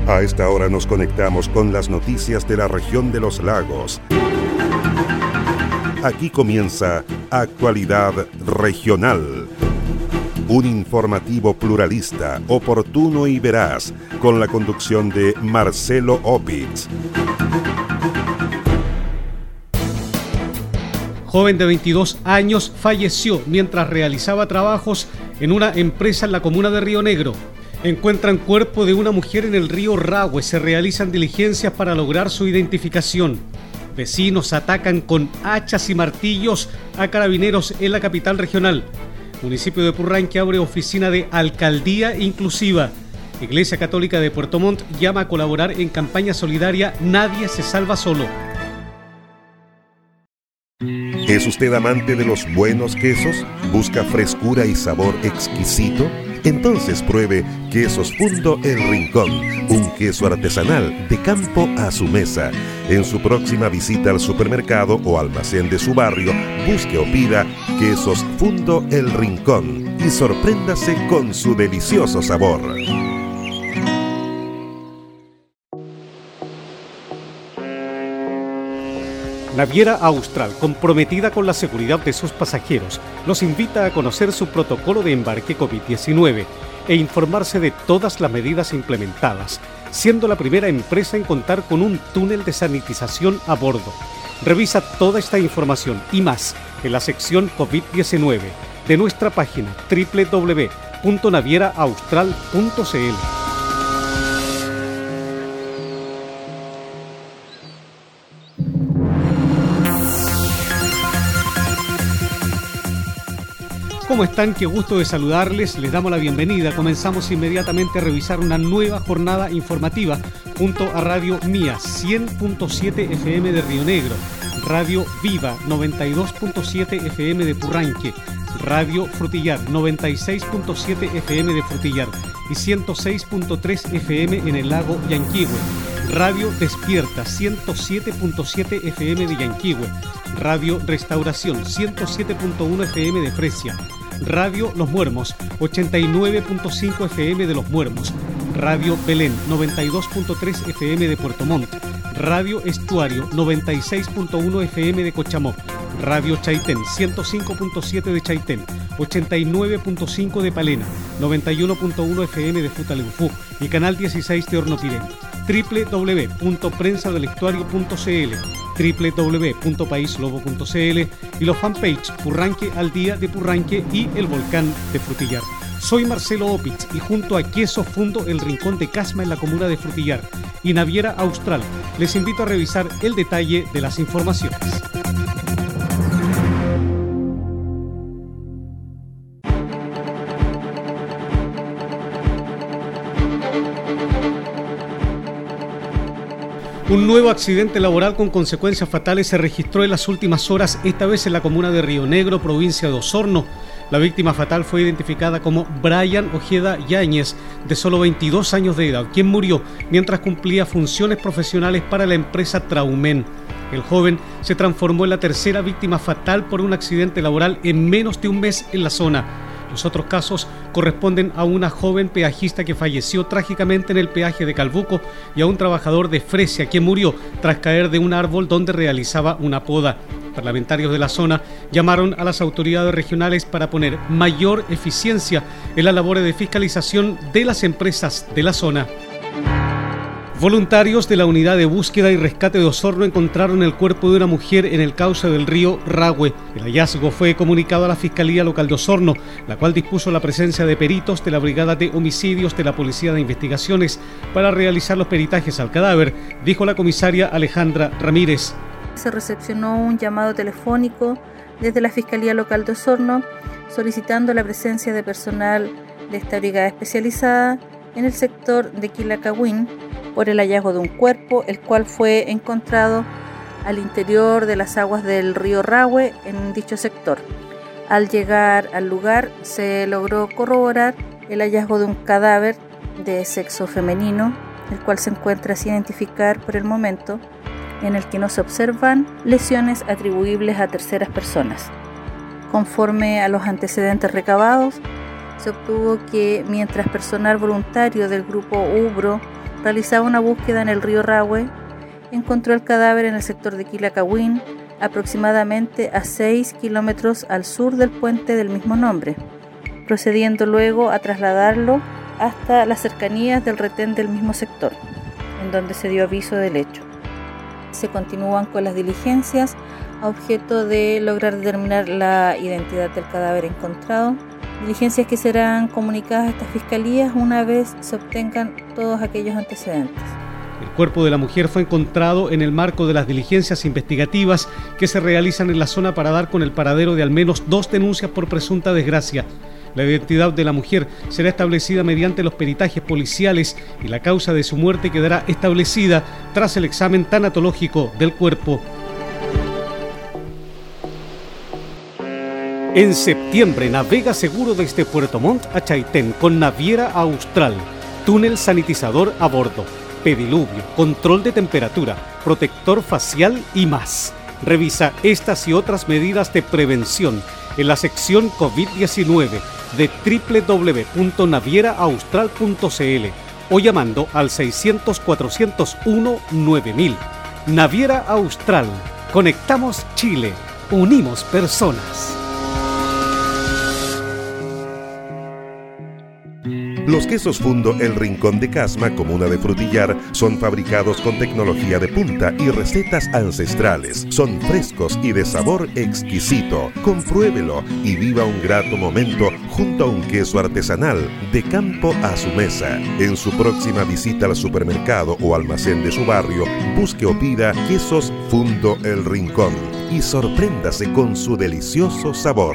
A esta hora nos conectamos con las noticias de la región de los lagos. Aquí comienza Actualidad Regional. Un informativo pluralista, oportuno y veraz, con la conducción de Marcelo Opitz. Joven de 22 años falleció mientras realizaba trabajos en una empresa en la comuna de Río Negro. Encuentran cuerpo de una mujer en el río Rahue. Se realizan diligencias para lograr su identificación. Vecinos atacan con hachas y martillos a carabineros en la capital regional. Municipio de Purranque abre oficina de Alcaldía Inclusiva. Iglesia Católica de Puerto Montt llama a colaborar en campaña solidaria Nadie se salva solo. ¿Es usted amante de los buenos quesos? ¿Busca frescura y sabor exquisito? Entonces pruebe Quesos Fundo El Rincón, un queso artesanal de campo a su mesa. En su próxima visita al supermercado o almacén de su barrio, busque o pida Quesos Fundo El Rincón y sorpréndase con su delicioso sabor. Naviera Austral, comprometida con la seguridad de sus pasajeros, los invita a conocer su protocolo de embarque COVID-19 e informarse de todas las medidas implementadas, siendo la primera empresa en contar con un túnel de sanitización a bordo. Revisa toda esta información y más en la sección COVID-19 de nuestra página www.navieraaustral.cl. ¿Cómo están? Qué gusto de saludarles. Les damos la bienvenida. Comenzamos inmediatamente a revisar una nueva jornada informativa junto a Radio Mía 100.7 FM de Río Negro, Radio Viva 92.7 FM de Purranque, Radio Frutillar 96.7 FM de Frutillar y 106.3 FM en el lago Yanquihue, Radio Despierta 107.7 FM de Yanquihue, Radio Restauración 107.1 FM de Fresia, Radio Los Muermos 89.5 FM de Los Muermos, Radio Belén 92.3 FM de Puerto Montt, Radio Estuario 96.1 FM de Cochamó, Radio Chaitén 105.7 de Chaitén, 89.5 de Palena, 91.1 FM de Futaleufú y Canal 16 de Hornopirén. www.prensadelestuario.cl, www.paislobo.cl y los fanpage Purranque al Día de Purranque y El Volcán de Frutillar. Soy Marcelo Opitz y junto a Queso Fundo El Rincón de Casma en la comuna de Frutillar y Naviera Austral les invito a revisar el detalle de las informaciones. Un nuevo accidente laboral con consecuencias fatales se registró en las últimas horas, esta vez en la comuna de Río Negro, provincia de Osorno. La víctima fatal fue identificada como Brian Ojeda Yáñez, de solo 22 años de edad, quien murió mientras cumplía funciones profesionales para la empresa Traumen. El joven se transformó en la tercera víctima fatal por un accidente laboral en menos de un mes en la zona. Los otros casos corresponden a una joven peajista que falleció trágicamente en el peaje de Calbuco y a un trabajador de Fresia que murió tras caer de un árbol donde realizaba una poda. Parlamentarios de la zona llamaron a las autoridades regionales para poner mayor eficiencia en las labores de fiscalización de las empresas de la zona. Voluntarios de la Unidad de Búsqueda y Rescate de Osorno encontraron el cuerpo de una mujer en el cauce del río Rahue. El hallazgo fue comunicado a la Fiscalía Local de Osorno, la cual dispuso la presencia de peritos de la Brigada de Homicidios de la Policía de Investigaciones para realizar los peritajes al cadáver, dijo la comisaria Alejandra Ramírez. Se recepcionó un llamado telefónico desde la Fiscalía Local de Osorno solicitando la presencia de personal de esta brigada especializada en el sector de Quilacahuín por el hallazgo de un cuerpo, el cual fue encontrado al interior de las aguas del río Rahue en dicho sector. Al llegar al lugar se logró corroborar el hallazgo de un cadáver de sexo femenino, el cual se encuentra sin identificar por el momento, en el que no se observan lesiones atribuibles a terceras personas. Conforme a los antecedentes recabados, se obtuvo que mientras personal voluntario del grupo UBRO realizaba una búsqueda en el río Rahue, encontró el cadáver en el sector de Quillacahuín, aproximadamente a 6 kilómetros al sur del puente del mismo nombre, procediendo luego a trasladarlo hasta las cercanías del retén del mismo sector, en donde se dio aviso del hecho. Se continúan con las diligencias a objeto de lograr determinar la identidad del cadáver encontrado, diligencias que serán comunicadas a estas fiscalías una vez se obtengan todos aquellos antecedentes. El cuerpo de la mujer fue encontrado en el marco de las diligencias investigativas que se realizan en la zona para dar con el paradero de al menos 2 denuncias por presunta desgracia. La identidad de la mujer será establecida mediante los peritajes policiales y la causa de su muerte quedará establecida tras el examen tanatológico del cuerpo. En septiembre navega seguro desde Puerto Montt a Chaitén con naviera Austral, túnel sanitizador a bordo, pediluvio, control de temperatura, protector facial y más. Revisa estas y otras medidas de prevención en la sección COVID-19 de www.navieraaustral.cl o llamando al 600-401-9000. Naviera Austral. Conectamos Chile. Unimos personas. Los quesos Fundo El Rincón de Casma, comuna de Frutillar, son fabricados con tecnología de punta y recetas ancestrales. Son frescos y de sabor exquisito. Compruébelo y viva un grato momento junto a un queso artesanal de campo a su mesa. En su próxima visita al supermercado o almacén de su barrio, busque o pida quesos Fundo El Rincón y sorpréndase con su delicioso sabor.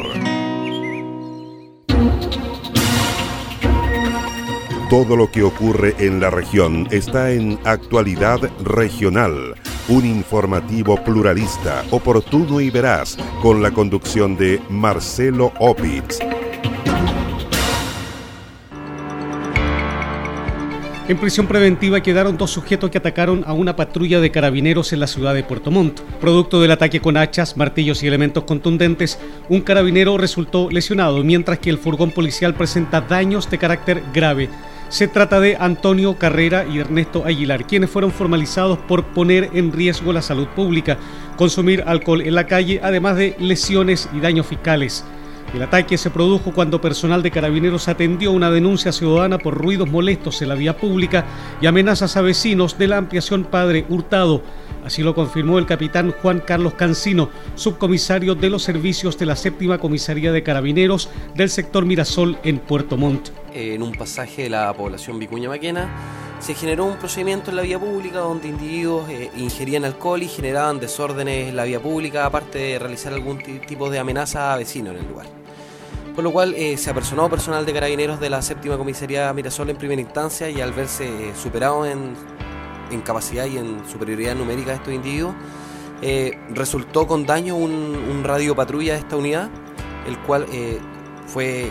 Todo lo que ocurre en la región está en Actualidad Regional, un informativo pluralista, oportuno y veraz, con la conducción de Marcelo Opitz. En prisión preventiva quedaron 2 sujetos que atacaron a una patrulla de carabineros en la ciudad de Puerto Montt. Producto del ataque con hachas, martillos y elementos contundentes, un carabinero resultó lesionado, mientras que el furgón policial presenta daños de carácter grave. Se trata de Antonio Carrera y Ernesto Aguilar, quienes fueron formalizados por poner en riesgo la salud pública, consumir alcohol en la calle, además de lesiones y daños fiscales. El ataque se produjo cuando personal de carabineros atendió una denuncia ciudadana por ruidos molestos en la vía pública y amenazas a vecinos de la ampliación Padre Hurtado. Así lo confirmó el capitán Juan Carlos Cancino, subcomisario de los servicios de la 7ª Comisaría de Carabineros del sector Mirasol en Puerto Montt. En un pasaje de la población Vicuña Maquena se generó un procedimiento en la vía pública donde individuos ingerían alcohol y generaban desórdenes en la vía pública, aparte de realizar algún tipo de amenaza a vecinos en el lugar. Por lo cual se apersonó personal de carabineros de la 7ª Comisaría Mirasol en primera instancia y al verse superado en capacidad y en superioridad numérica de estos individuos, resultó con daño un radio patrulla de esta unidad, el cual fue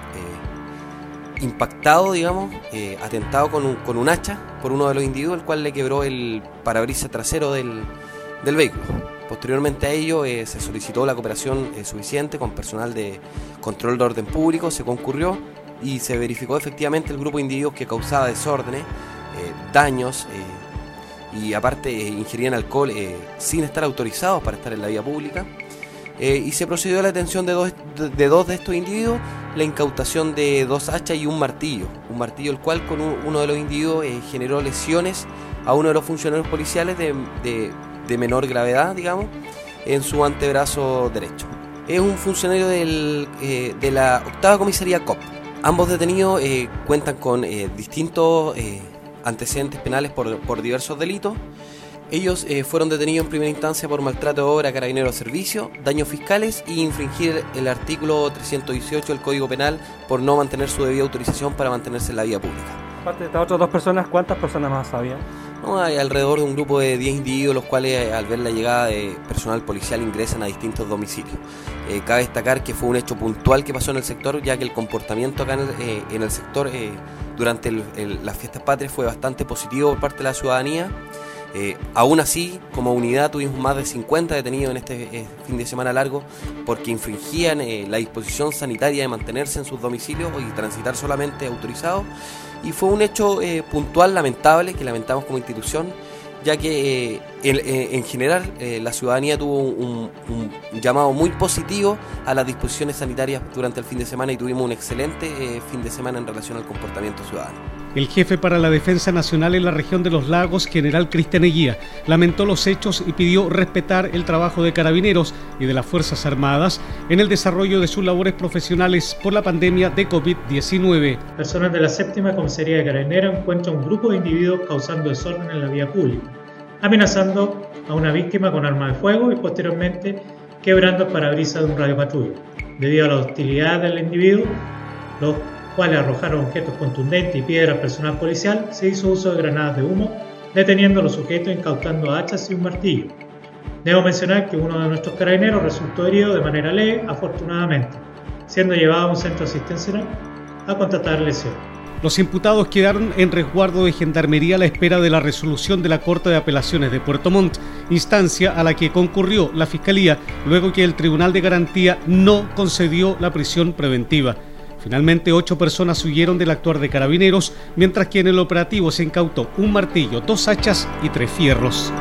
impactado, digamos, atentado con un hacha por uno de los individuos, el cual le quebró el parabrisas trasero del vehículo. Posteriormente a ello se solicitó la cooperación suficiente con personal de control de orden público, se concurrió y se verificó efectivamente el grupo de individuos que causaba desórdenes, daños y aparte ingerían alcohol sin estar autorizados para estar en la vía pública. Y se procedió a la detención de dos de estos individuos, la incautación de 2 hachas y un martillo el cual con uno de los individuos generó lesiones a uno de los funcionarios policiales de menor gravedad, digamos, en su antebrazo derecho. Es un funcionario de la 8ª Comisaría COP. Ambos detenidos cuentan con distintos antecedentes penales por diversos delitos. Ellos fueron detenidos en primera instancia por maltrato de obra a carabineros de servicio, daños fiscales y infringir el artículo 318 del Código Penal por no mantener su debida autorización para mantenerse en la vía pública. Aparte de estas otras 2 personas, ¿cuántas personas más había? No, hay alrededor de un grupo de 10 individuos, los cuales al ver la llegada de personal policial ingresan a distintos domicilios. Cabe destacar que fue un hecho puntual que pasó en el sector, ya que el comportamiento acá en el sector durante las fiestas patrias fue bastante positivo por parte de la ciudadanía. Aún así, como unidad tuvimos más de 50 detenidos en este fin de semana largo porque infringían la disposición sanitaria de mantenerse en sus domicilios y transitar solamente autorizados, y fue un hecho puntual lamentable que lamentamos como institución, ya que en general la ciudadanía tuvo un llamado muy positivo a las disposiciones sanitarias durante el fin de semana y tuvimos un excelente fin de semana en relación al comportamiento ciudadano. El jefe para la Defensa Nacional en la región de los Lagos, general Cristian Eguía, lamentó los hechos y pidió respetar el trabajo de Carabineros y de las Fuerzas Armadas en el desarrollo de sus labores profesionales por la pandemia de COVID-19. Personas de la 7ª Comisaría de Carabineros encuentran un grupo de individuos causando desorden en la vía pública, amenazando a una víctima con arma de fuego y posteriormente quebrando el parabrisas de un radiopatrulla. Debido a la hostilidad del individuo, los cuales arrojaron objetos contundentes y piedras al personal policial, se hizo uso de granadas de humo, deteniendo a los sujetos, incautando hachas y un martillo. Debo mencionar que uno de nuestros carabineros resultó herido de manera leve, afortunadamente, siendo llevado a un centro asistencial a constatar lesiones. Los imputados quedaron en resguardo de Gendarmería a la espera de la resolución de la Corte de Apelaciones de Puerto Montt, instancia a la que concurrió la Fiscalía luego que el Tribunal de Garantía no concedió la prisión preventiva. Finalmente, 8 personas huyeron del actuar de Carabineros, mientras que en el operativo se incautó un martillo, 2 hachas y 3 fierros.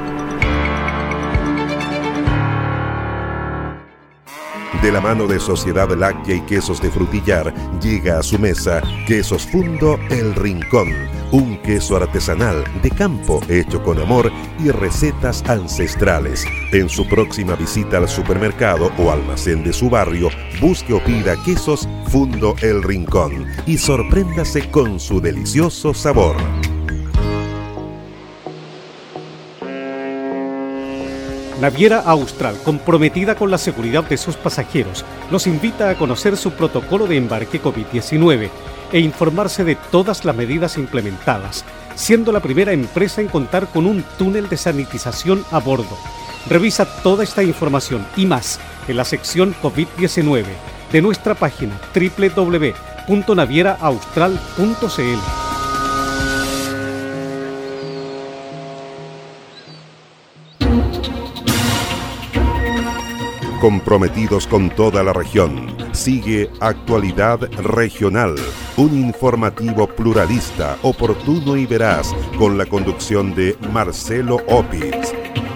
De la mano de Sociedad Láctea y Quesos de Frutillar, llega a su mesa Quesos Fundo El Rincón, un queso artesanal de campo hecho con amor y recetas ancestrales. En su próxima visita al supermercado o almacén de su barrio, busque o pida Quesos Fundo El Rincón y sorpréndase con su delicioso sabor. Naviera Austral, comprometida con la seguridad de sus pasajeros, los invita a conocer su protocolo de embarque COVID-19 e informarse de todas las medidas implementadas, siendo la primera empresa en contar con un túnel de sanitización a bordo. Revisa toda esta información y más en la sección COVID-19 de nuestra página www.navieraaustral.cl. Comprometidos con toda la región, sigue Actualidad Regional, un informativo pluralista, oportuno y veraz, con la conducción de Marcelo Opitz.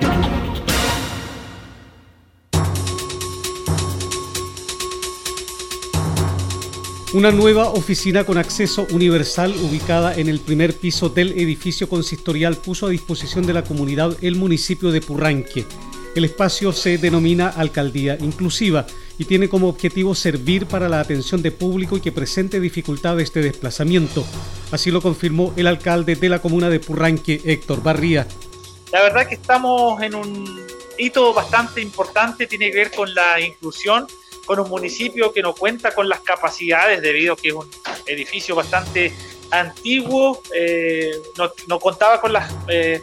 Una nueva oficina con acceso universal ubicada en el primer piso del edificio consistorial puso a disposición de la comunidad el municipio de Purranque. El espacio se denomina Alcaldía Inclusiva y tiene como objetivo servir para la atención de público y que presente dificultades de desplazamiento. Así lo confirmó el alcalde de la comuna de Purranque, Héctor Barría. La verdad que estamos en un hito bastante importante, tiene que ver con la inclusión, con un municipio que no cuenta con las capacidades debido a que es un edificio bastante antiguo, no contaba con las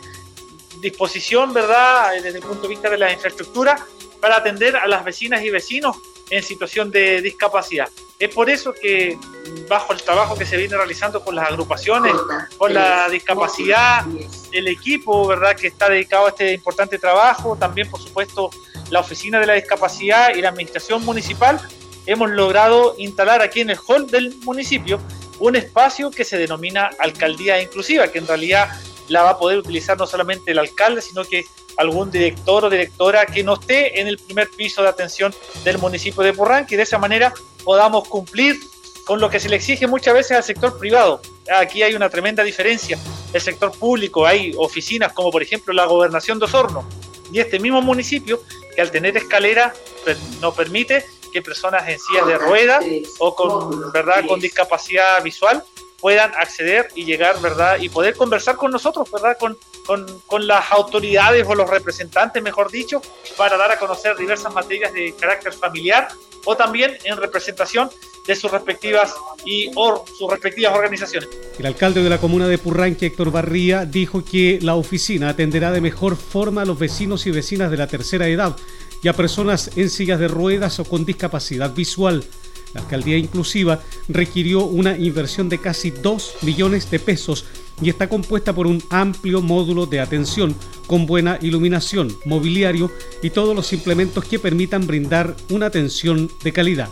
disposición, ¿verdad?, desde el punto de vista de la infraestructura para atender a las vecinas y vecinos en situación de discapacidad. Es por eso que bajo el trabajo que se viene realizando con las agrupaciones, con la discapacidad, el equipo, ¿verdad?, que está dedicado a este importante trabajo, también por supuesto la oficina de la discapacidad y la administración municipal, hemos logrado instalar aquí en el hall del municipio un espacio que se denomina Alcaldía Inclusiva, que en realidad la va a poder utilizar no solamente el alcalde, sino que algún director o directora que no esté en el primer piso de atención del municipio de Purranque, y de esa manera podamos cumplir con lo que se le exige muchas veces al sector privado. Aquí hay una tremenda diferencia. El sector público, hay oficinas como por ejemplo la Gobernación de Osorno, y este mismo municipio que al tener escalera no permite que personas en sillas de ruedas o con discapacidad visual puedan acceder y llegar, ¿verdad?, y poder conversar con nosotros, ¿verdad?, con las autoridades o los representantes, mejor dicho, para dar a conocer diversas materias de carácter familiar o también en representación de sus respectivas organizaciones. El alcalde de la comuna de Purranque, Héctor Barría, dijo que la oficina atenderá de mejor forma a los vecinos y vecinas de la tercera edad y a personas en sillas de ruedas o con discapacidad visual. La Alcaldía Inclusiva requirió una inversión de casi 2 millones de pesos y está compuesta por un amplio módulo de atención con buena iluminación, mobiliario y todos los implementos que permitan brindar una atención de calidad.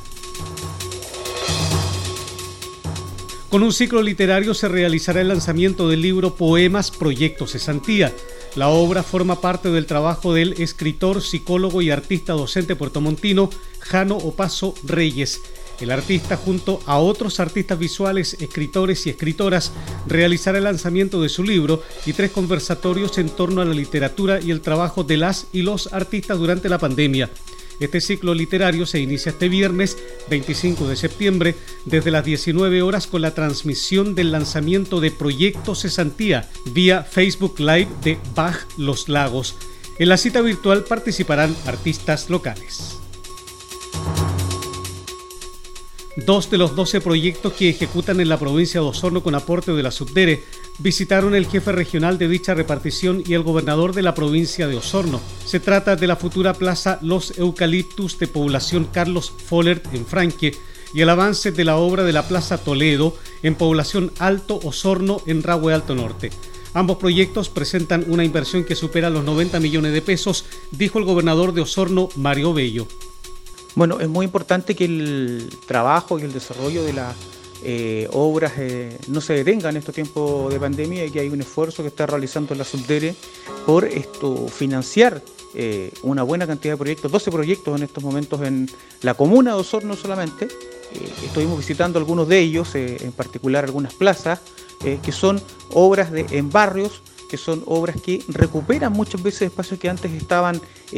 Con un ciclo literario se realizará el lanzamiento del libro Poemas Proyecto Cesantía. La obra forma parte del trabajo del escritor, psicólogo y artista docente puertomontino Jano Opaso Reyes. El artista, junto a otros artistas visuales, escritores y escritoras, realizará el lanzamiento de su libro y 3 conversatorios en torno a la literatura y el trabajo de las y los artistas durante la pandemia. Este ciclo literario se inicia este viernes 25 de septiembre desde las 19 horas con la transmisión del lanzamiento de Proyecto Cesantía vía Facebook Live de Bach Los Lagos. En la cita virtual participarán artistas locales. 2 de los 12 proyectos que ejecutan en la provincia de Osorno con aporte de la Subdere visitaron el jefe regional de dicha repartición y el gobernador de la provincia de Osorno. Se trata de la futura plaza Los Eucaliptus de población Carlos Follert en Franque y el avance de la obra de la plaza Toledo en población Alto Osorno en Rahue Alto Norte. Ambos proyectos presentan una inversión que supera los 90 millones de pesos, dijo el gobernador de Osorno, Mario Bello. Bueno, es muy importante que el trabajo y el desarrollo de las obras no se detengan en estos tiempos de pandemia y que hay un esfuerzo que está realizando la Subdere por financiar una buena cantidad de proyectos, 12 proyectos en estos momentos en la comuna de Osorno solamente. Estuvimos visitando algunos de ellos, en particular algunas plazas, que son obras en barrios, que son obras que recuperan muchas veces espacios que antes estaban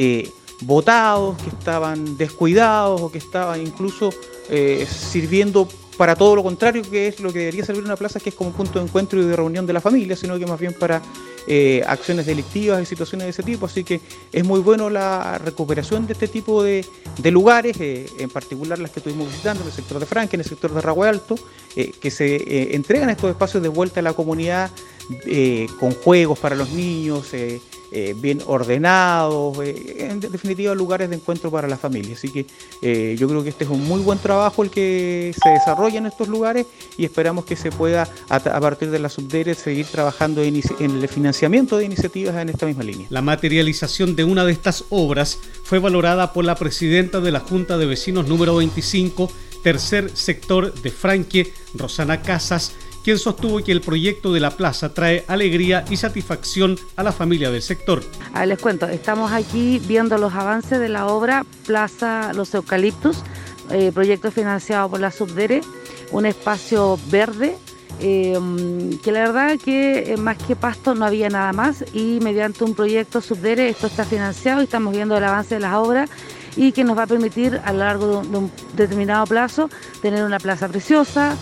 botados, que estaban descuidados o que estaban incluso sirviendo para todo lo contrario, que es lo que debería servir una plaza, que es como punto de encuentro y de reunión de la familia, sino que más bien para acciones delictivas y situaciones de ese tipo. Así que es muy bueno la recuperación de este tipo de lugares, en particular las que estuvimos visitando en el sector de Franque, en el sector de Rahue Alto, que se entregan estos espacios de vuelta a la comunidad con juegos para los niños, bien ordenados, en definitiva lugares de encuentro para la familia. Así que yo creo que este es un muy buen trabajo el que se desarrolla en estos lugares y esperamos que se pueda a partir de la Subdere seguir trabajando en el financiamiento de iniciativas en esta misma línea. La materialización de una de estas obras fue valorada por la presidenta de la Junta de Vecinos número 25, tercer sector de Franque, Rosana Casas, quien sostuvo que el proyecto de la plaza trae alegría y satisfacción a la familia del sector. Les cuento, estamos aquí viendo los avances de la obra Plaza Los Eucaliptus, proyecto financiado por la Subdere, un espacio verde, que la verdad que más que pasto no había nada más, y mediante un proyecto Subdere esto está financiado y estamos viendo el avance de las obras y que nos va a permitir a lo largo de un determinado plazo tener una plaza preciosa,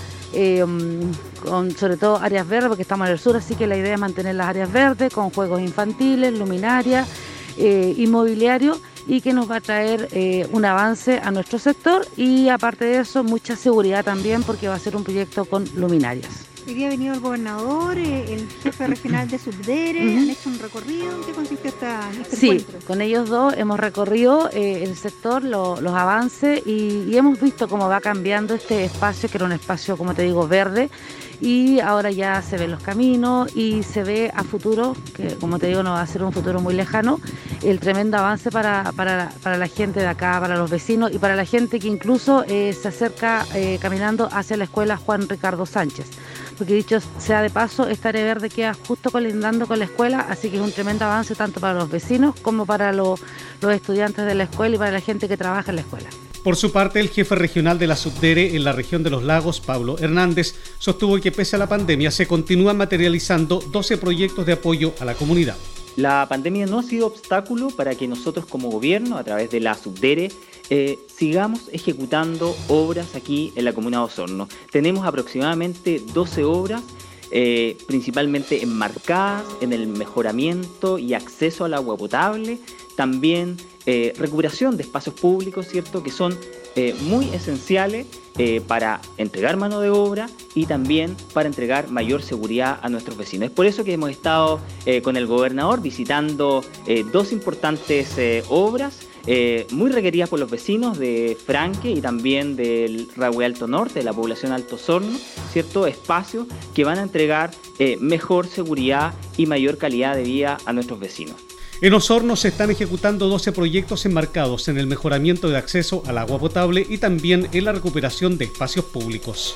con sobre todo áreas verdes, porque estamos en el sur, así que la idea es mantener las áreas verdes con juegos infantiles, luminarias, inmobiliario, y que nos va a traer un avance a nuestro sector y aparte de eso mucha seguridad también, porque va a ser un proyecto con luminarias. Hoy día ha venido el gobernador, el jefe regional de Subdere, han hecho un recorrido. ¿En qué consistió este encuentro? Sí, con ellos dos hemos recorrido el sector, los avances y hemos visto cómo va cambiando este espacio, que era un espacio, como te digo, verde, y ahora ya se ven los caminos y se ve a futuro, que como te digo no va a ser un futuro muy lejano, el tremendo avance para la gente de acá, para los vecinos y para la gente que incluso se acerca caminando hacia la escuela Juan Ricardo Sánchez. Porque dicho sea de paso, esta área verde queda justo colindando con la escuela, así que es un tremendo avance tanto para los vecinos como para los estudiantes de la escuela y para la gente que trabaja en la escuela. Por su parte, el jefe regional de la Subdere en la región de los lagos, Pablo Hernández, sostuvo que pese a la pandemia se continúan materializando 12 proyectos de apoyo a la comunidad. La pandemia no ha sido obstáculo para que nosotros como gobierno, a través de la Subdere, sigamos ejecutando obras aquí en la comuna de Osorno. Tenemos aproximadamente 12 obras, principalmente enmarcadas en el mejoramiento y acceso al agua potable, también recuperación de espacios públicos, ¿cierto?, que son muy esenciales para entregar mano de obra y también para entregar mayor seguridad a nuestros vecinos. Es por eso que hemos estado con el gobernador visitando dos importantes obras muy requeridas por los vecinos de Franque y también del Rahue Alto Norte, de la población Alto Osorno, ¿cierto? Espacios que van a entregar mejor seguridad y mayor calidad de vida a nuestros vecinos. En Osorno se están ejecutando 12 proyectos enmarcados en el mejoramiento de acceso al agua potable y también en la recuperación de espacios públicos.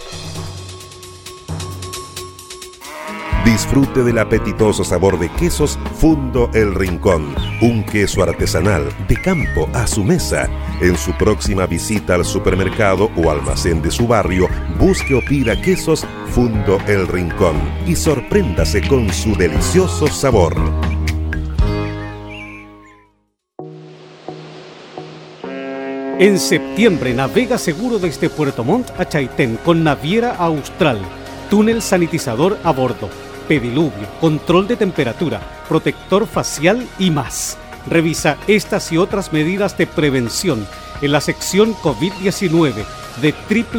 Disfrute del apetitoso sabor de quesos Fundo El Rincón, un queso artesanal de campo a su mesa. En su próxima visita al supermercado o almacén de su barrio, busque o pida quesos Fundo El Rincón y sorpréndase con su delicioso sabor. En septiembre navega seguro desde Puerto Montt a Chaitén con Naviera Austral, túnel sanitizador a bordo, pediluvio, control de temperatura, protector facial y más. Revisa estas y otras medidas de prevención en la sección COVID-19 de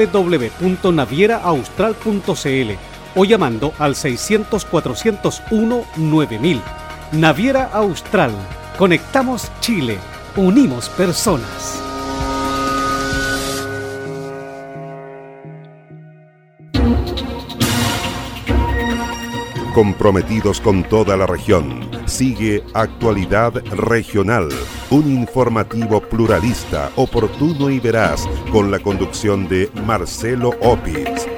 www.navieraaustral.cl o llamando al 600-401-9000. Naviera Austral. Conectamos Chile. Unimos personas. Comprometidos con toda la región. Sigue Actualidad Regional, un informativo pluralista, oportuno y veraz, con la conducción de Marcelo Opitz.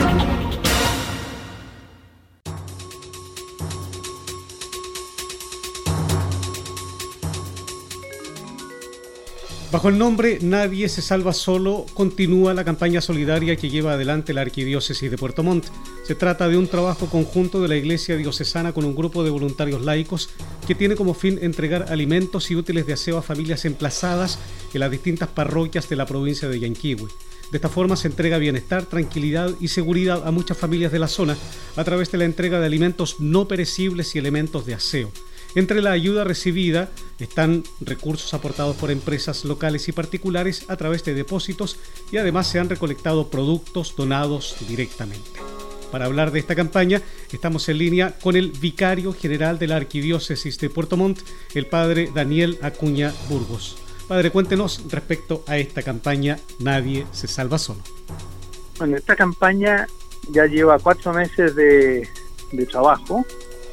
Bajo el nombre Nadie se salva solo, continúa la campaña solidaria que lleva adelante la Arquidiócesis de Puerto Montt. Se trata de un trabajo conjunto de la Iglesia Diocesana con un grupo de voluntarios laicos que tiene como fin entregar alimentos y útiles de aseo a familias emplazadas en las distintas parroquias de la provincia de Yanquihue. De esta forma se entrega bienestar, tranquilidad y seguridad a muchas familias de la zona a través de la entrega de alimentos no perecibles y elementos de aseo. Entre la ayuda recibida están recursos aportados por empresas locales y particulares a través de depósitos y además se han recolectado productos donados directamente. Para hablar de esta campaña estamos en línea con el vicario general de la Arquidiócesis de Puerto Montt, el padre Daniel Acuña Burgos. Padre, cuéntenos respecto a esta campaña Nadie se salva solo. Bueno, esta campaña ya lleva 4 meses de trabajo.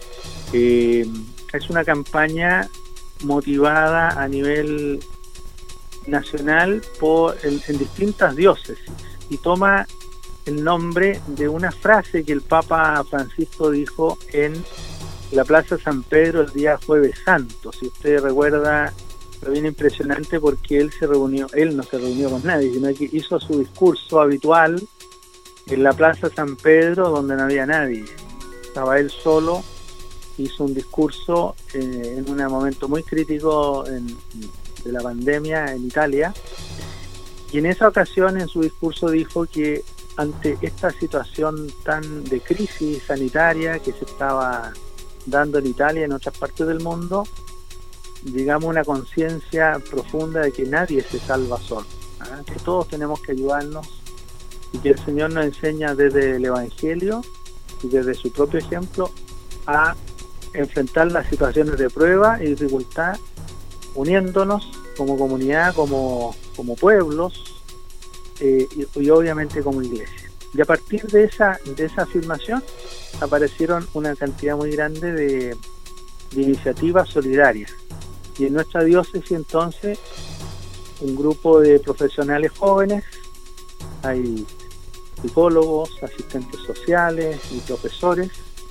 Es una campaña motivada a nivel nacional en distintas diócesis y toma el nombre de una frase que el Papa Francisco dijo en la Plaza San Pedro el día Jueves Santo. Si usted recuerda, fue bien impresionante porque él no se reunió con nadie, sino que hizo su discurso habitual en la Plaza San Pedro donde no había nadie. Estaba él solo. Hizo un discurso en un momento muy crítico de la pandemia en Italia, y en esa ocasión en su discurso dijo que ante esta situación tan de crisis sanitaria que se estaba dando en Italia y en otras partes del mundo, digamos una conciencia profunda de que nadie se salva solo, que todos tenemos que ayudarnos y que el Señor nos enseña desde el Evangelio y desde su propio ejemplo a enfrentar las situaciones de prueba y dificultad uniéndonos como comunidad, como pueblos y obviamente como iglesia. Y a partir de esa afirmación aparecieron una cantidad muy grande de iniciativas solidarias. Y en nuestra diócesis entonces un grupo de profesionales jóvenes, hay psicólogos, asistentes sociales y profesores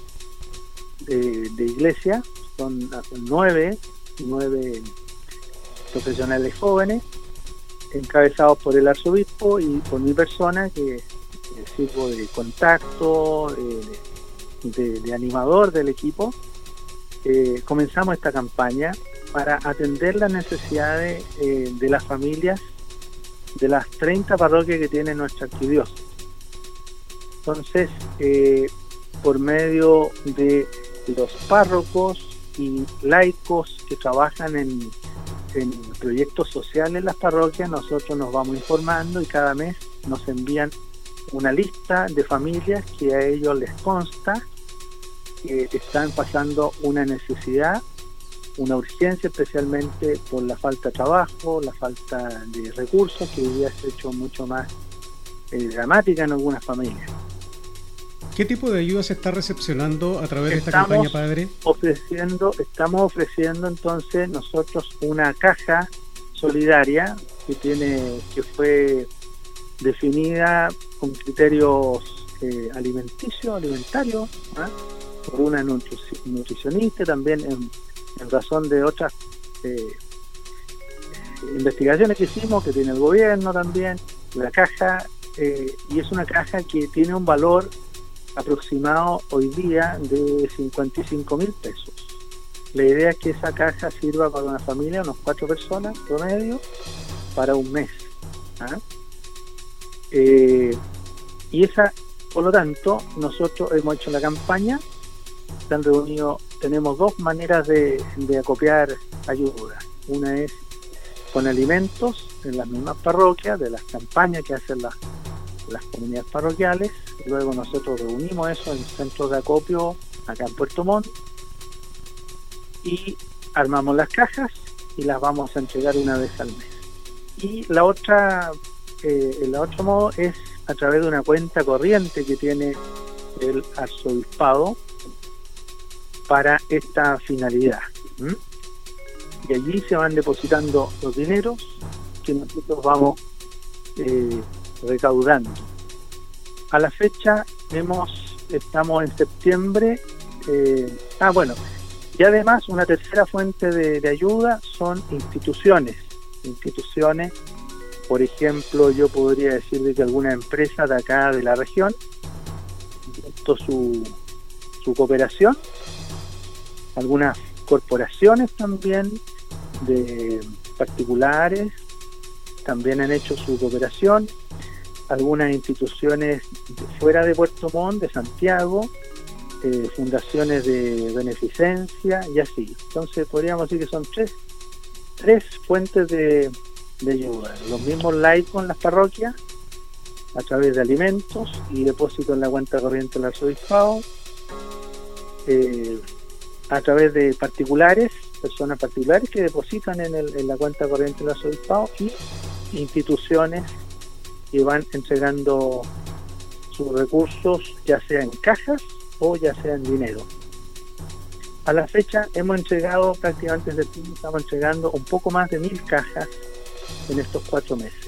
de iglesia, son 9 profesionales jóvenes encabezados por el arzobispo y por mi persona que sirvo de contacto, de animador del equipo. Comenzamos esta campaña para atender las necesidades de las familias de las 30 parroquias que tiene nuestra arquidiócesis. Entonces, por medio de los párrocos y laicos que trabajan en proyectos sociales en las parroquias, nosotros nos vamos informando y cada mes nos envían una lista de familias que a ellos les consta que están pasando una necesidad una urgencia, especialmente por la falta de trabajo, la falta de recursos, que hoy día se ha hecho mucho más dramática en algunas familias. ¿Qué tipo de ayuda se está recepcionando a través de esta campaña, padre? Estamos ofreciendo entonces nosotros una caja solidaria que fue definida con criterios alimentarios, por una nutricionista, también en razón de otras investigaciones que hicimos, que tiene el gobierno también. La caja, y es una caja que tiene un valor aproximado hoy día de 55.000 pesos. La idea es que esa caja sirva para una familia, unos 4 personas promedio, para un mes. Y esa, por lo tanto, nosotros hemos hecho la campaña, se han reunido, tenemos 2 maneras de acopiar ayuda. Una es con alimentos en las mismas parroquias, de las campañas que hacen las comunidades parroquiales. Luego nosotros reunimos eso en centros de acopio acá en Puerto Montt y armamos las cajas y las vamos a entregar una vez al mes. Y el otro modo es a través de una cuenta corriente que tiene el arzobispado para esta finalidad. Y allí se van depositando los dineros que nosotros vamos recaudando. A la fecha estamos en septiembre. Y además una tercera fuente de ayuda son instituciones, por ejemplo, yo podría decir de que alguna empresa de acá de la región, visto su cooperación, algunas corporaciones también de particulares también han hecho su cooperación, algunas instituciones fuera de Puerto Montt, de Santiago, fundaciones de beneficencia y así. Entonces podríamos decir que son tres fuentes de ayuda. Los mismos laicos en las parroquias, a través de alimentos y depósito en la cuenta corriente del arzobispado, a través de particulares, personas particulares que depositan en la cuenta corriente del arzobispado, y instituciones que van entregando sus recursos, ya sea en cajas o ya sea en dinero. A la fecha hemos entregado prácticamente desde septiembre, estamos entregando un poco más de 1.000 cajas en estos 4 meses.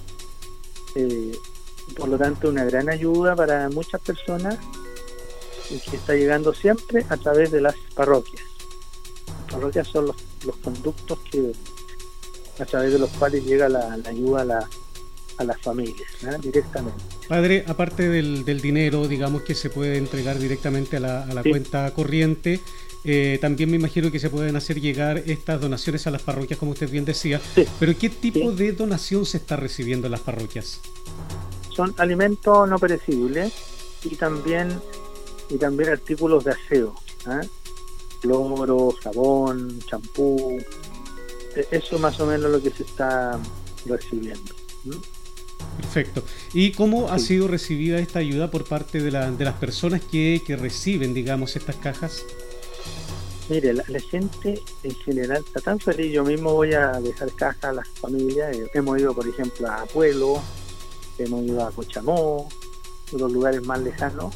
Por lo tanto, una gran ayuda para muchas personas que está llegando siempre a través de las parroquias. Las parroquias son los conductos a través de los cuales llega la ayuda a las familias, directamente. Padre, aparte del dinero, digamos, que se puede entregar directamente a la cuenta corriente, también me imagino que se pueden hacer llegar estas donaciones a las parroquias, como usted bien decía. Sí. Pero ¿qué tipo de donación se está recibiendo en las parroquias? Son alimentos no perecibles y también artículos de aseo, cloro, jabón, champú. Eso es más o menos lo que se está recibiendo. Perfecto. ¿Y cómo ha sido recibida esta ayuda por parte de las personas que reciben, digamos, estas cajas? Mire, la gente en general está tan feliz. Yo mismo voy a dejar cajas a las familias. Hemos ido, por ejemplo, a Pueblo, hemos ido a Cochamó, los lugares más lejanos,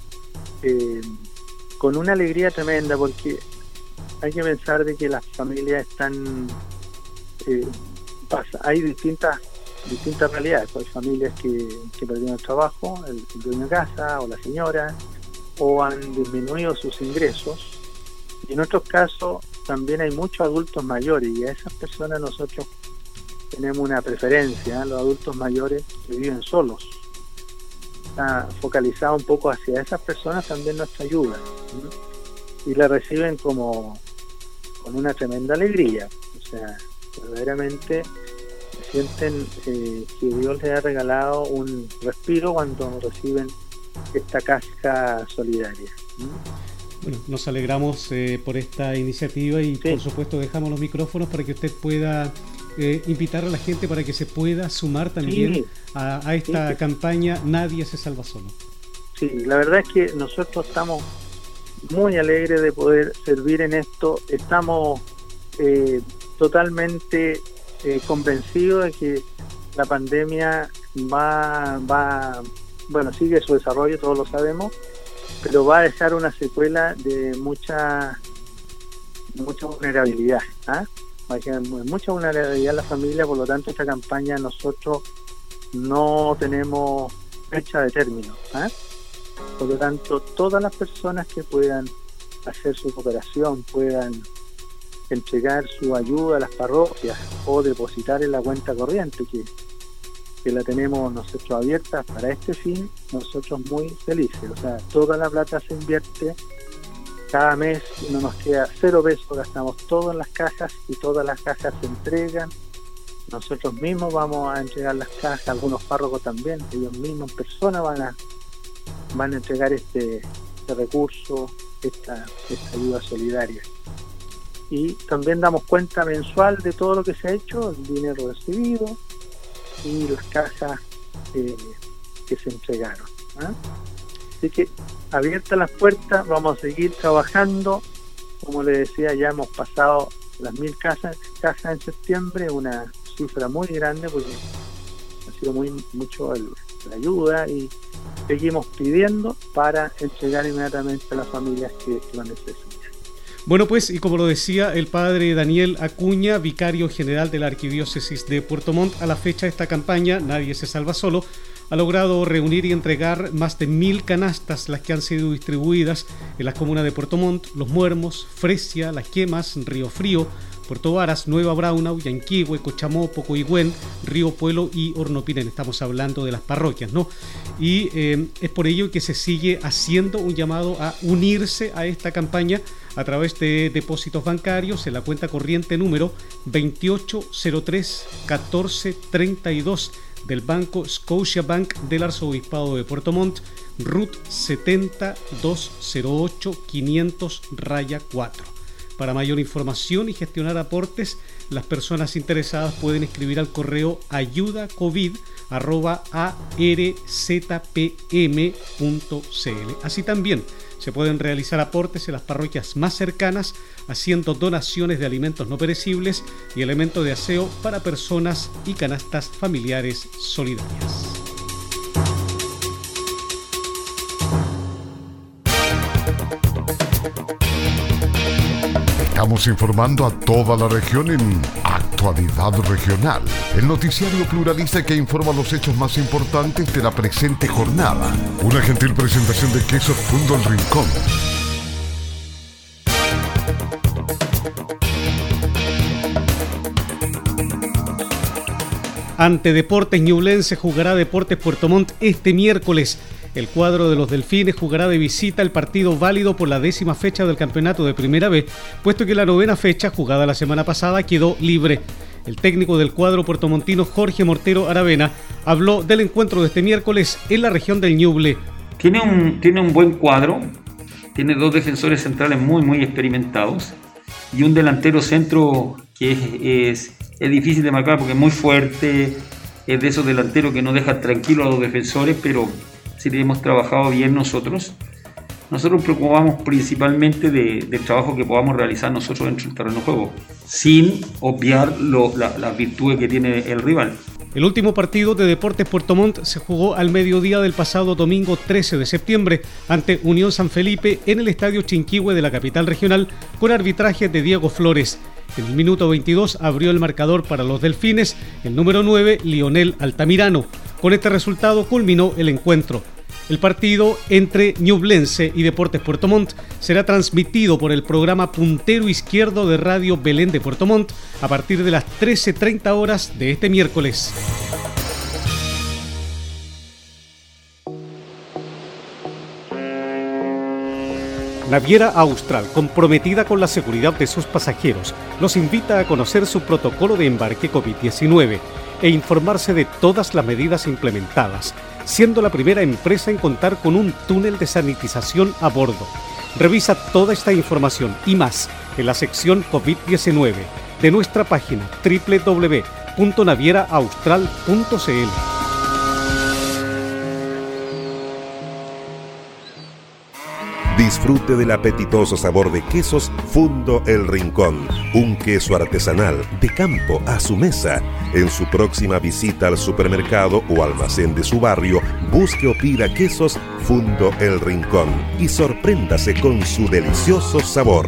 con una alegría tremenda, porque hay que pensar de que las familias están... hay distintas realidades. Hay familias que perdieron el trabajo, el dueño de casa o la señora, o han disminuido sus ingresos. Y en otros casos también hay muchos adultos mayores, y a esas personas nosotros tenemos una preferencia, los adultos mayores que viven solos. Está focalizado un poco hacia esas personas también nuestra ayuda, y la reciben con una tremenda alegría. O sea, verdaderamente sienten que Dios les ha regalado un respiro cuando reciben esta caja solidaria. Bueno, nos alegramos por esta iniciativa y por supuesto dejamos los micrófonos para que usted pueda invitar a la gente para que se pueda sumar también a esta campaña Nadie se salva solo. Sí, la verdad es que nosotros estamos muy alegres de poder servir en esto. Estamos totalmente convencido de que la pandemia sigue su desarrollo, todos lo sabemos, pero va a dejar una secuela de mucha vulnerabilidad, va a dejar mucha vulnerabilidad en la familia. Por lo tanto, esta campaña nosotros no tenemos fecha de término, por lo tanto, todas las personas que puedan hacer su cooperación, puedan entregar su ayuda a las parroquias o depositar en la cuenta corriente que la tenemos nosotros abierta para este fin, nosotros muy felices. O sea, toda la plata se invierte, cada mes no nos queda 0 pesos, gastamos todo en las cajas y todas las cajas se entregan. Nosotros mismos vamos a entregar las cajas, algunos párrocos también, ellos mismos en persona van a entregar este recurso, esta ayuda solidaria. Y también damos cuenta mensual de todo lo que se ha hecho, el dinero recibido y las cajas que se entregaron. Así que abiertas las puertas, vamos a seguir trabajando. Como les decía, ya hemos pasado las 1000 cajas en septiembre, una cifra muy grande porque ha sido mucho la ayuda, y seguimos pidiendo para entregar inmediatamente a las familias que lo necesitan. Bueno, pues, y como lo decía el padre Daniel Acuña, vicario general de la Arquidiócesis de Puerto Montt, a la fecha de esta campaña, Nadie se salva solo, ha logrado reunir y entregar más de 1000 canastas, las que han sido distribuidas en las comunas de Puerto Montt, Los Muermos, Fresia, Las Quemas, Río Frío, Puerto Varas, Nueva Braunau, Yanquihue, Cochamó, Pocohigüén, Río Puelo y Hornopirén. Estamos hablando de las parroquias, ¿no? Y es por ello que se sigue haciendo un llamado a unirse a esta campaña a través de depósitos bancarios en la cuenta corriente número 2803-1432 del Banco Scotiabank del Arzobispado de Puerto Montt, RUT 70208-500-4. Para mayor información y gestionar aportes, las personas interesadas pueden escribir al correo ayudacovid@arzpm.cl. Así también se pueden realizar aportes en las parroquias más cercanas, haciendo donaciones de alimentos no perecibles y elementos de aseo para personas y canastas familiares solidarias. Estamos informando a toda la región en Actualidad Regional, el noticiario pluralista que informa los hechos más importantes de la presente jornada. Una gentil presentación de Quesos Fundo El Rincón. Ante Deportes Ñublense jugará Deportes Puerto Montt este miércoles. El cuadro de los Delfines jugará de visita el partido válido por la 10ª fecha del campeonato de Primera B, puesto que la 9ª fecha, jugada la semana pasada, quedó libre. El técnico del cuadro puertomontino, Jorge Mortero Aravena, habló del encuentro de este miércoles en la región del Ñuble. Tiene un buen cuadro, tiene 2 defensores centrales muy experimentados y un delantero centro que es difícil de marcar porque es muy fuerte, es de esos delanteros que no dejan tranquilos a los defensores, pero sí le hemos trabajado bien nosotros. Nosotros preocupamos principalmente del trabajo que podamos realizar nosotros dentro del terreno de juego, sin obviar las virtudes que tiene el rival. El último partido de Deportes Puerto Montt se jugó al mediodía del pasado domingo 13 de septiembre ante Unión San Felipe en el Estadio Chinquihue de la capital regional, con arbitraje de Diego Flores. En el minuto 22 abrió el marcador para los Delfines el número 9, Lionel Altamirano. Con este resultado culminó el encuentro. El partido entre Ñublense y Deportes Puerto Montt será transmitido por el programa Puntero Izquierdo de Radio Belén de Puerto Montt a partir de las 13:30 horas de este miércoles. Naviera Austral, comprometida con la seguridad de sus pasajeros, los invita a conocer su protocolo de embarque COVID-19 e informarse de todas las medidas implementadas, siendo la primera empresa en contar con un túnel de sanitización a bordo. Revisa toda esta información y más en la sección COVID-19 de nuestra página www.navieraaustral.cl. Disfrute del apetitoso sabor de quesos Fundo El Rincón, un queso artesanal de campo a su mesa. En su próxima visita al supermercado o almacén de su barrio, busque o pida quesos Fundo El Rincón y sorpréndase con su delicioso sabor.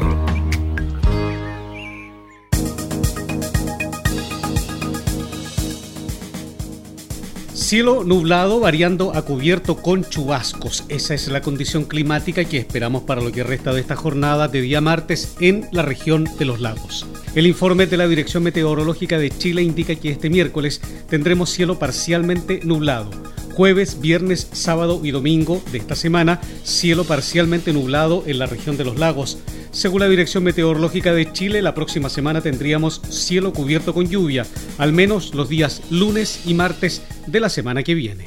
Cielo nublado variando a cubierto con chubascos. Esa es la condición climática que esperamos para lo que resta de esta jornada de día martes en la región de los lagos. El informe de la Dirección Meteorológica de Chile indica que este miércoles tendremos cielo parcialmente nublado. Jueves, viernes, sábado y domingo de esta semana, cielo parcialmente nublado en la región de los lagos. Según la Dirección Meteorológica de Chile, la próxima semana tendríamos cielo cubierto con lluvia, al menos los días lunes y martes de la semana que viene.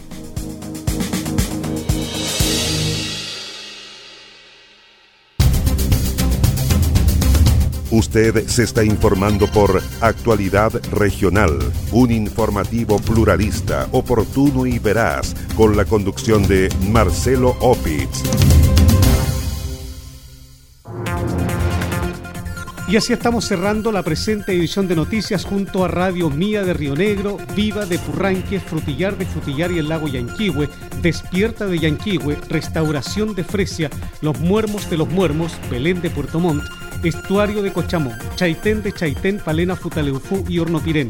Usted se está informando por Actualidad Regional, un informativo pluralista, oportuno y veraz, con la conducción de Marcelo Opitz. Y así estamos cerrando la presente edición de noticias junto a Radio Mía de Río Negro, Viva de Purranque, Frutillar y el Lago Yanquihue, Despierta de Yanquihue, Restauración de Fresia, Los Muermos de los Muermos, Belén de Puerto Montt, Estuario de Cochamó, Chaitén de Chaitén, Palena, Futaleufú y Hornopirén,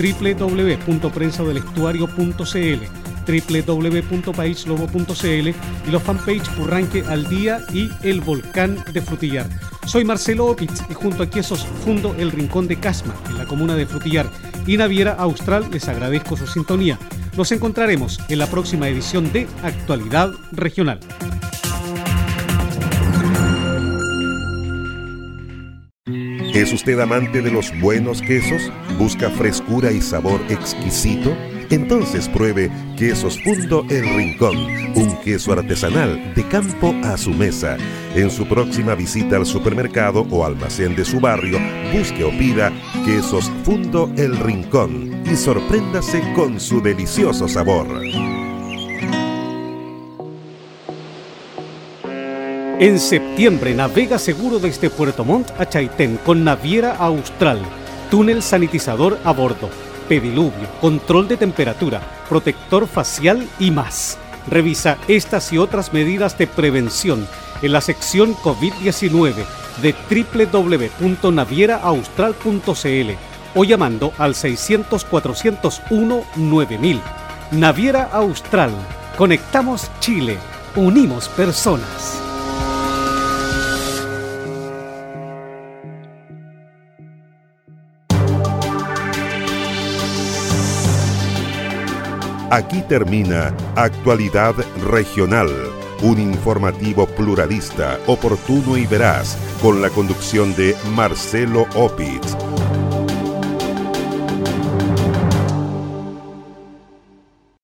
www.prensadelestuario.cl, www.paislobo.cl y los fanpage Purranque al Día y El Volcán de Frutillar. Soy Marcelo Opitz y junto a Quesos Fundo El Rincón de Casma, en la comuna de Frutillar, y Naviera Austral, les agradezco su sintonía. Nos encontraremos en la próxima edición de Actualidad Regional. ¿Es usted amante de los buenos quesos? ¿Busca frescura y sabor exquisito? Entonces pruebe Quesos Fundo El Rincón, un queso artesanal de campo a su mesa. En su próxima visita al supermercado o almacén de su barrio, busque o pida Quesos Fundo El Rincón y sorpréndase con su delicioso sabor. En septiembre navega seguro desde Puerto Montt a Chaitén con Naviera Austral, túnel sanitizador a bordo, pediluvio, control de temperatura, protector facial y más. Revisa estas y otras medidas de prevención en la sección COVID-19 de www.navieraaustral.cl o llamando al 600-401-9000. Naviera Austral. Conectamos Chile. Unimos personas. Aquí termina Actualidad Regional, un informativo pluralista, oportuno y veraz, con la conducción de Marcelo Opitz.